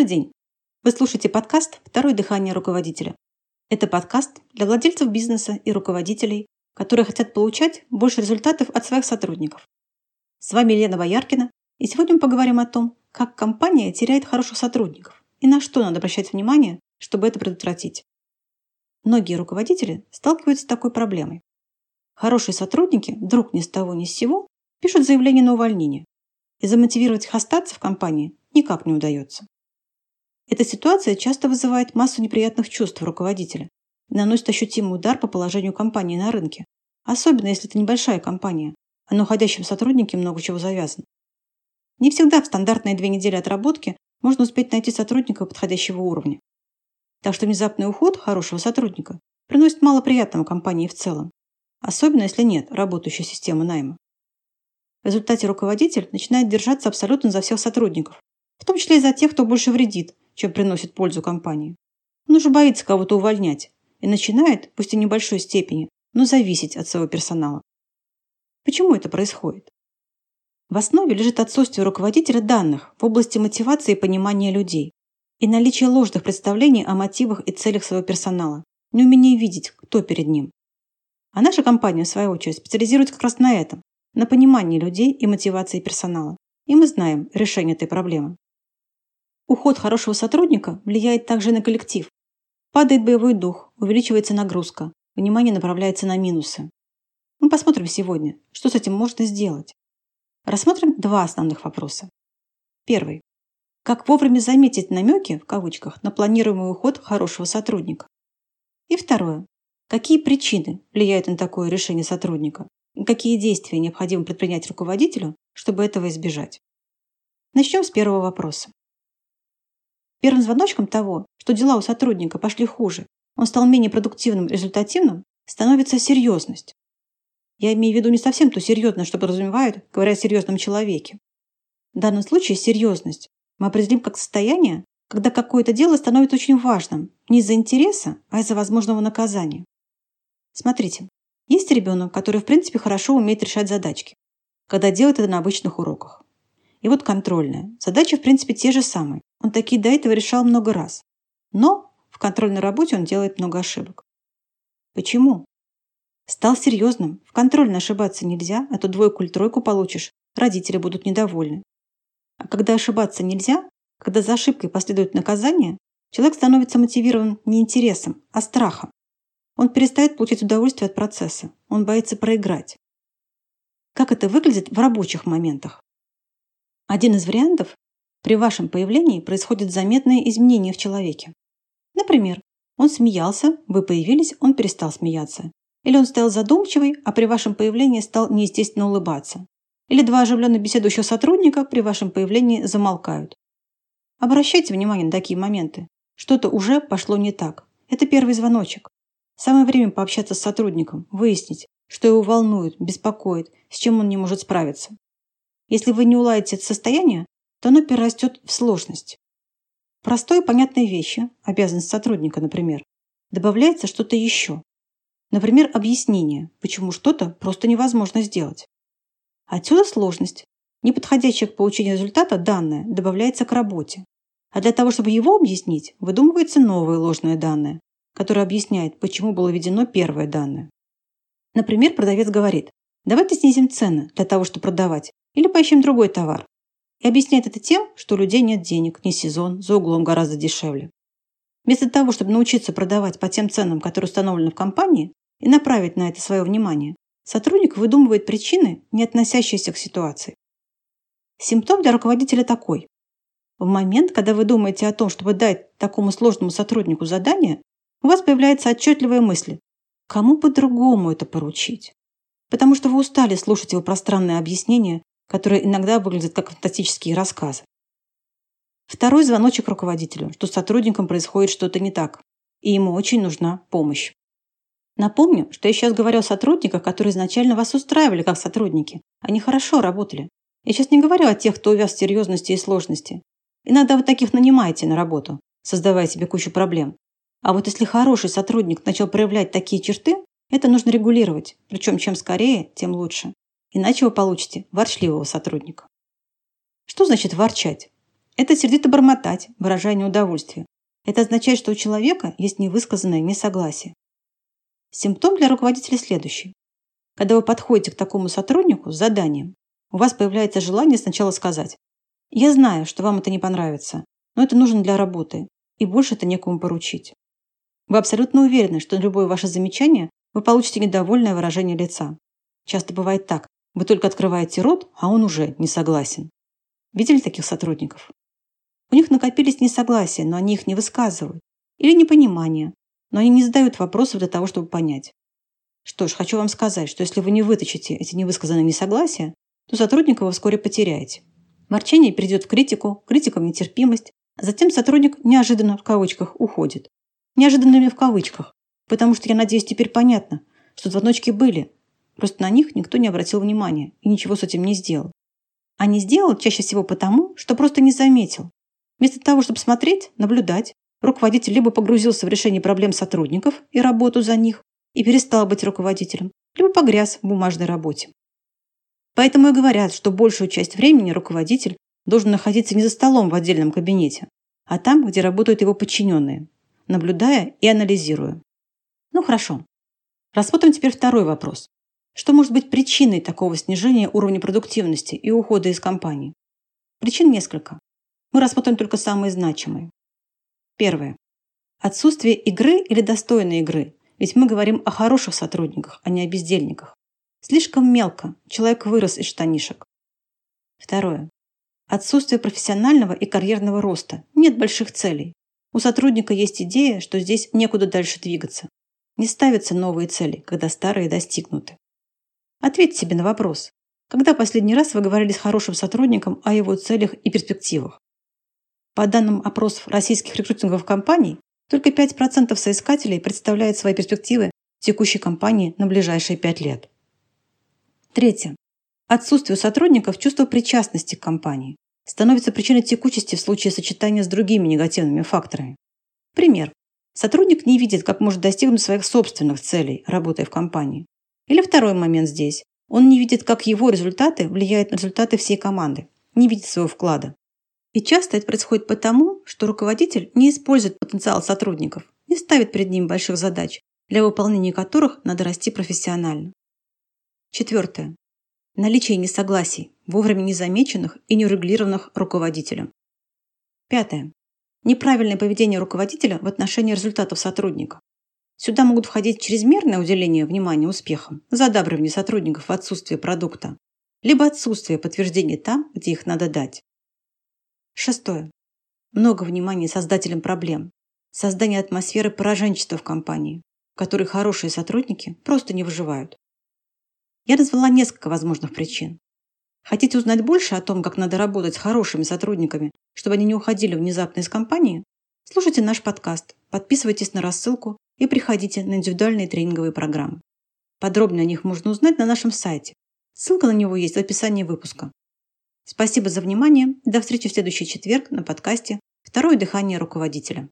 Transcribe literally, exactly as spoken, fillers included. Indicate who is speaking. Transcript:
Speaker 1: день! Вы слушаете подкаст «Второе дыхание руководителя». Это подкаст для владельцев бизнеса и руководителей, которые хотят получать больше результатов от своих сотрудников. С вами Елена Бояркина, и сегодня мы поговорим о том, как компания теряет хороших сотрудников и на что надо обращать внимание, чтобы это предотвратить. Многие руководители сталкиваются с такой проблемой. Хорошие сотрудники вдруг ни с того ни с сего пишут заявление на увольнение, и замотивировать их остаться в компании никак не удается. Эта ситуация часто вызывает массу неприятных чувств руководителя и наносит ощутимый удар по положению компании на рынке, особенно если это небольшая компания, а на уходящем сотруднике много чего завязано. Не всегда в стандартные две недели отработки можно успеть найти сотрудника подходящего уровня. Так что внезапный уход хорошего сотрудника приносит мало приятного компании в целом, особенно если нет работающей системы найма. В результате руководитель начинает держаться абсолютно за всех сотрудников, в том числе и за тех, кто больше вредит, чем приносит пользу компании. Он уже боится кого-то увольнять и начинает, пусть и в небольшой степени, но зависеть от своего персонала. Почему это происходит? В основе лежит отсутствие руководителя данных в области мотивации и понимания людей и наличие ложных представлений о мотивах и целях своего персонала, неумение видеть, кто перед ним. А наша компания, в свою очередь, специализируется как раз на этом, на понимании людей и мотивации персонала. И мы знаем решение этой проблемы. Уход хорошего сотрудника влияет также на коллектив. Падает боевой дух, увеличивается нагрузка, внимание направляется на минусы. Мы посмотрим сегодня, что с этим можно сделать. Рассмотрим два основных вопроса. Первый. Как вовремя заметить намеки, в кавычках, на планируемый уход хорошего сотрудника. И второе. Какие причины влияют на такое решение сотрудника? И какие действия необходимо предпринять руководителю, чтобы этого избежать? Начнем с первого вопроса. Первым звоночком того, что дела у сотрудника пошли хуже, он стал менее продуктивным и результативным, становится серьезность. Я имею в виду не совсем ту серьезность, что подразумевают, говоря о серьезном человеке. В данном случае серьезность мы определим как состояние, когда какое-то дело становится очень важным не из-за интереса, а из-за возможного наказания. Смотрите. Есть ребенок, который в принципе хорошо умеет решать задачки, когда делает это на обычных уроках. И вот контрольная. Задачи в принципе те же самые. Он такие до этого решал много раз. Но в контрольной работе он делает много ошибок. Почему? Стал серьезным. В контрольной ошибаться нельзя, а то двойку или тройку получишь. Родители будут недовольны. А когда ошибаться нельзя, когда за ошибкой последует наказание, человек становится мотивирован не интересом, а страхом. Он перестает получать удовольствие от процесса. Он боится проиграть. Как это выглядит в рабочих моментах? Один из вариантов – при вашем появлении происходят заметные изменения в человеке. Например, он смеялся, вы появились, он перестал смеяться. Или он стоял задумчивый, а при вашем появлении стал неестественно улыбаться. Или два оживленно беседующих сотрудника при вашем появлении замолкают. Обращайте внимание на такие моменты. Что-то уже пошло не так. Это первый звоночек. Самое время пообщаться с сотрудником, выяснить, что его волнует, беспокоит, с чем он не может справиться. Если вы не уладите это состояние, то оно перерастет в сложность. В простой и понятной вещи, обязанность сотрудника, например, добавляется что-то еще. Например, объяснение, почему что-то просто невозможно сделать. Отсюда сложность. Неподходящее к получению результата данное добавляется к работе. А для того, чтобы его объяснить, выдумывается новое ложное данное, которое объясняет, почему было введено первое данное. Например, продавец говорит: давайте снизим цены для того, чтобы продавать, или поищем другой товар. И объясняет это тем, что у людей нет денег, не сезон, за углом гораздо дешевле. Вместо того, чтобы научиться продавать по тем ценам, которые установлены в компании, и направить на это свое внимание, сотрудник выдумывает причины, не относящиеся к ситуации. Симптом для руководителя такой. В момент, когда вы думаете о том, чтобы дать такому сложному сотруднику задание, у вас появляется отчетливая мысль: кому по-другому это поручить? Потому что вы устали слушать его пространные объяснения, которые иногда выглядят как фантастические рассказы. Второй звоночек руководителю, что с сотрудником происходит что-то не так, и ему очень нужна помощь. Напомню, что я сейчас говорю о сотрудниках, которые изначально вас устраивали как сотрудники. Они хорошо работали. Я сейчас не говорю о тех, кто увяз в серьезности и сложности. Иногда вы таких нанимаете на работу, создавая себе кучу проблем. А вот если хороший сотрудник начал проявлять такие черты, это нужно регулировать. Причем чем скорее, тем лучше. Иначе вы получите ворчливого сотрудника. Что значит ворчать? Это сердито бормотать, выражая неудовольствие. Это означает, что у человека есть невысказанное несогласие. Симптом для руководителя следующий. Когда вы подходите к такому сотруднику с заданием, у вас появляется желание сначала сказать: «Я знаю, что вам это не понравится, но это нужно для работы, и больше это некому поручить». Вы абсолютно уверены, что на любое ваше замечание вы получите недовольное выражение лица. Часто бывает так. Вы только открываете рот, а он уже не согласен. Видели таких сотрудников? У них накопились несогласия, но они их не высказывают. Или непонимание, но они не задают вопросов для того, чтобы понять. Что ж, хочу вам сказать, что если вы не вытащите эти невысказанные несогласия, то сотрудника вы вскоре потеряете. Ворчание перейдет в критику, критика в нетерпимость, а затем сотрудник неожиданно в кавычках уходит. Неожиданными в кавычках, потому что, я надеюсь, теперь понятно, что звоночки были, просто на них никто не обратил внимания и ничего с этим не сделал. А не сделал чаще всего потому, что просто не заметил. Вместо того, чтобы смотреть, наблюдать, руководитель либо погрузился в решение проблем сотрудников и работу за них и перестал быть руководителем, либо погряз в бумажной работе. Поэтому и говорят, что большую часть времени руководитель должен находиться не за столом в отдельном кабинете, а там, где работают его подчиненные, наблюдая и анализируя. Ну хорошо. Рассмотрим теперь второй вопрос. Что может быть причиной такого снижения уровня продуктивности и ухода из компании? Причин несколько. Мы рассмотрим только самые значимые. Первое. Отсутствие игры или достойной игры. Ведь мы говорим о хороших сотрудниках, а не о бездельниках. Слишком мелко. Человек вырос из штанишек. Второе. Отсутствие профессионального и карьерного роста. Нет больших целей. У сотрудника есть идея, что здесь некуда дальше двигаться. Не ставятся новые цели, когда старые достигнуты. Ответьте себе на вопрос. Когда последний раз вы говорили с хорошим сотрудником о его целях и перспективах? По данным опросов российских рекрутинговых компаний, только пять процентов соискателей представляют свои перспективы в текущей компании на ближайшие пять лет. Третье. Отсутствие у сотрудников чувства причастности к компании становится причиной текучести в случае сочетания с другими негативными факторами. Пример. Сотрудник не видит, как может достигнуть своих собственных целей, работая в компании. Или второй момент здесь. Он не видит, как его результаты влияют на результаты всей команды, не видит своего вклада. И часто это происходит потому, что руководитель не использует потенциал сотрудников, не ставит перед ним больших задач, для выполнения которых надо расти профессионально. Четвертое. Наличие несогласий, вовремя незамеченных и неурегулированных руководителем. Пятое. Неправильное поведение руководителя в отношении результатов сотрудника. Сюда могут входить чрезмерное уделение внимания успехам, задабривание сотрудников в отсутствие продукта, либо отсутствие подтверждений там, где их надо дать. Шестое. Много внимания создателям проблем. Создание атмосферы пораженчества в компании, в которой хорошие сотрудники просто не выживают. Я назвала несколько возможных причин. Хотите узнать больше о том, как надо работать с хорошими сотрудниками, чтобы они не уходили внезапно из компании? Слушайте наш подкаст, подписывайтесь на рассылку и приходите на индивидуальные тренинговые программы. Подробнее о них можно узнать на нашем сайте. Ссылка на него есть в описании выпуска. Спасибо за внимание. До встречи в следующий четверг на подкасте «Второе дыхание руководителя».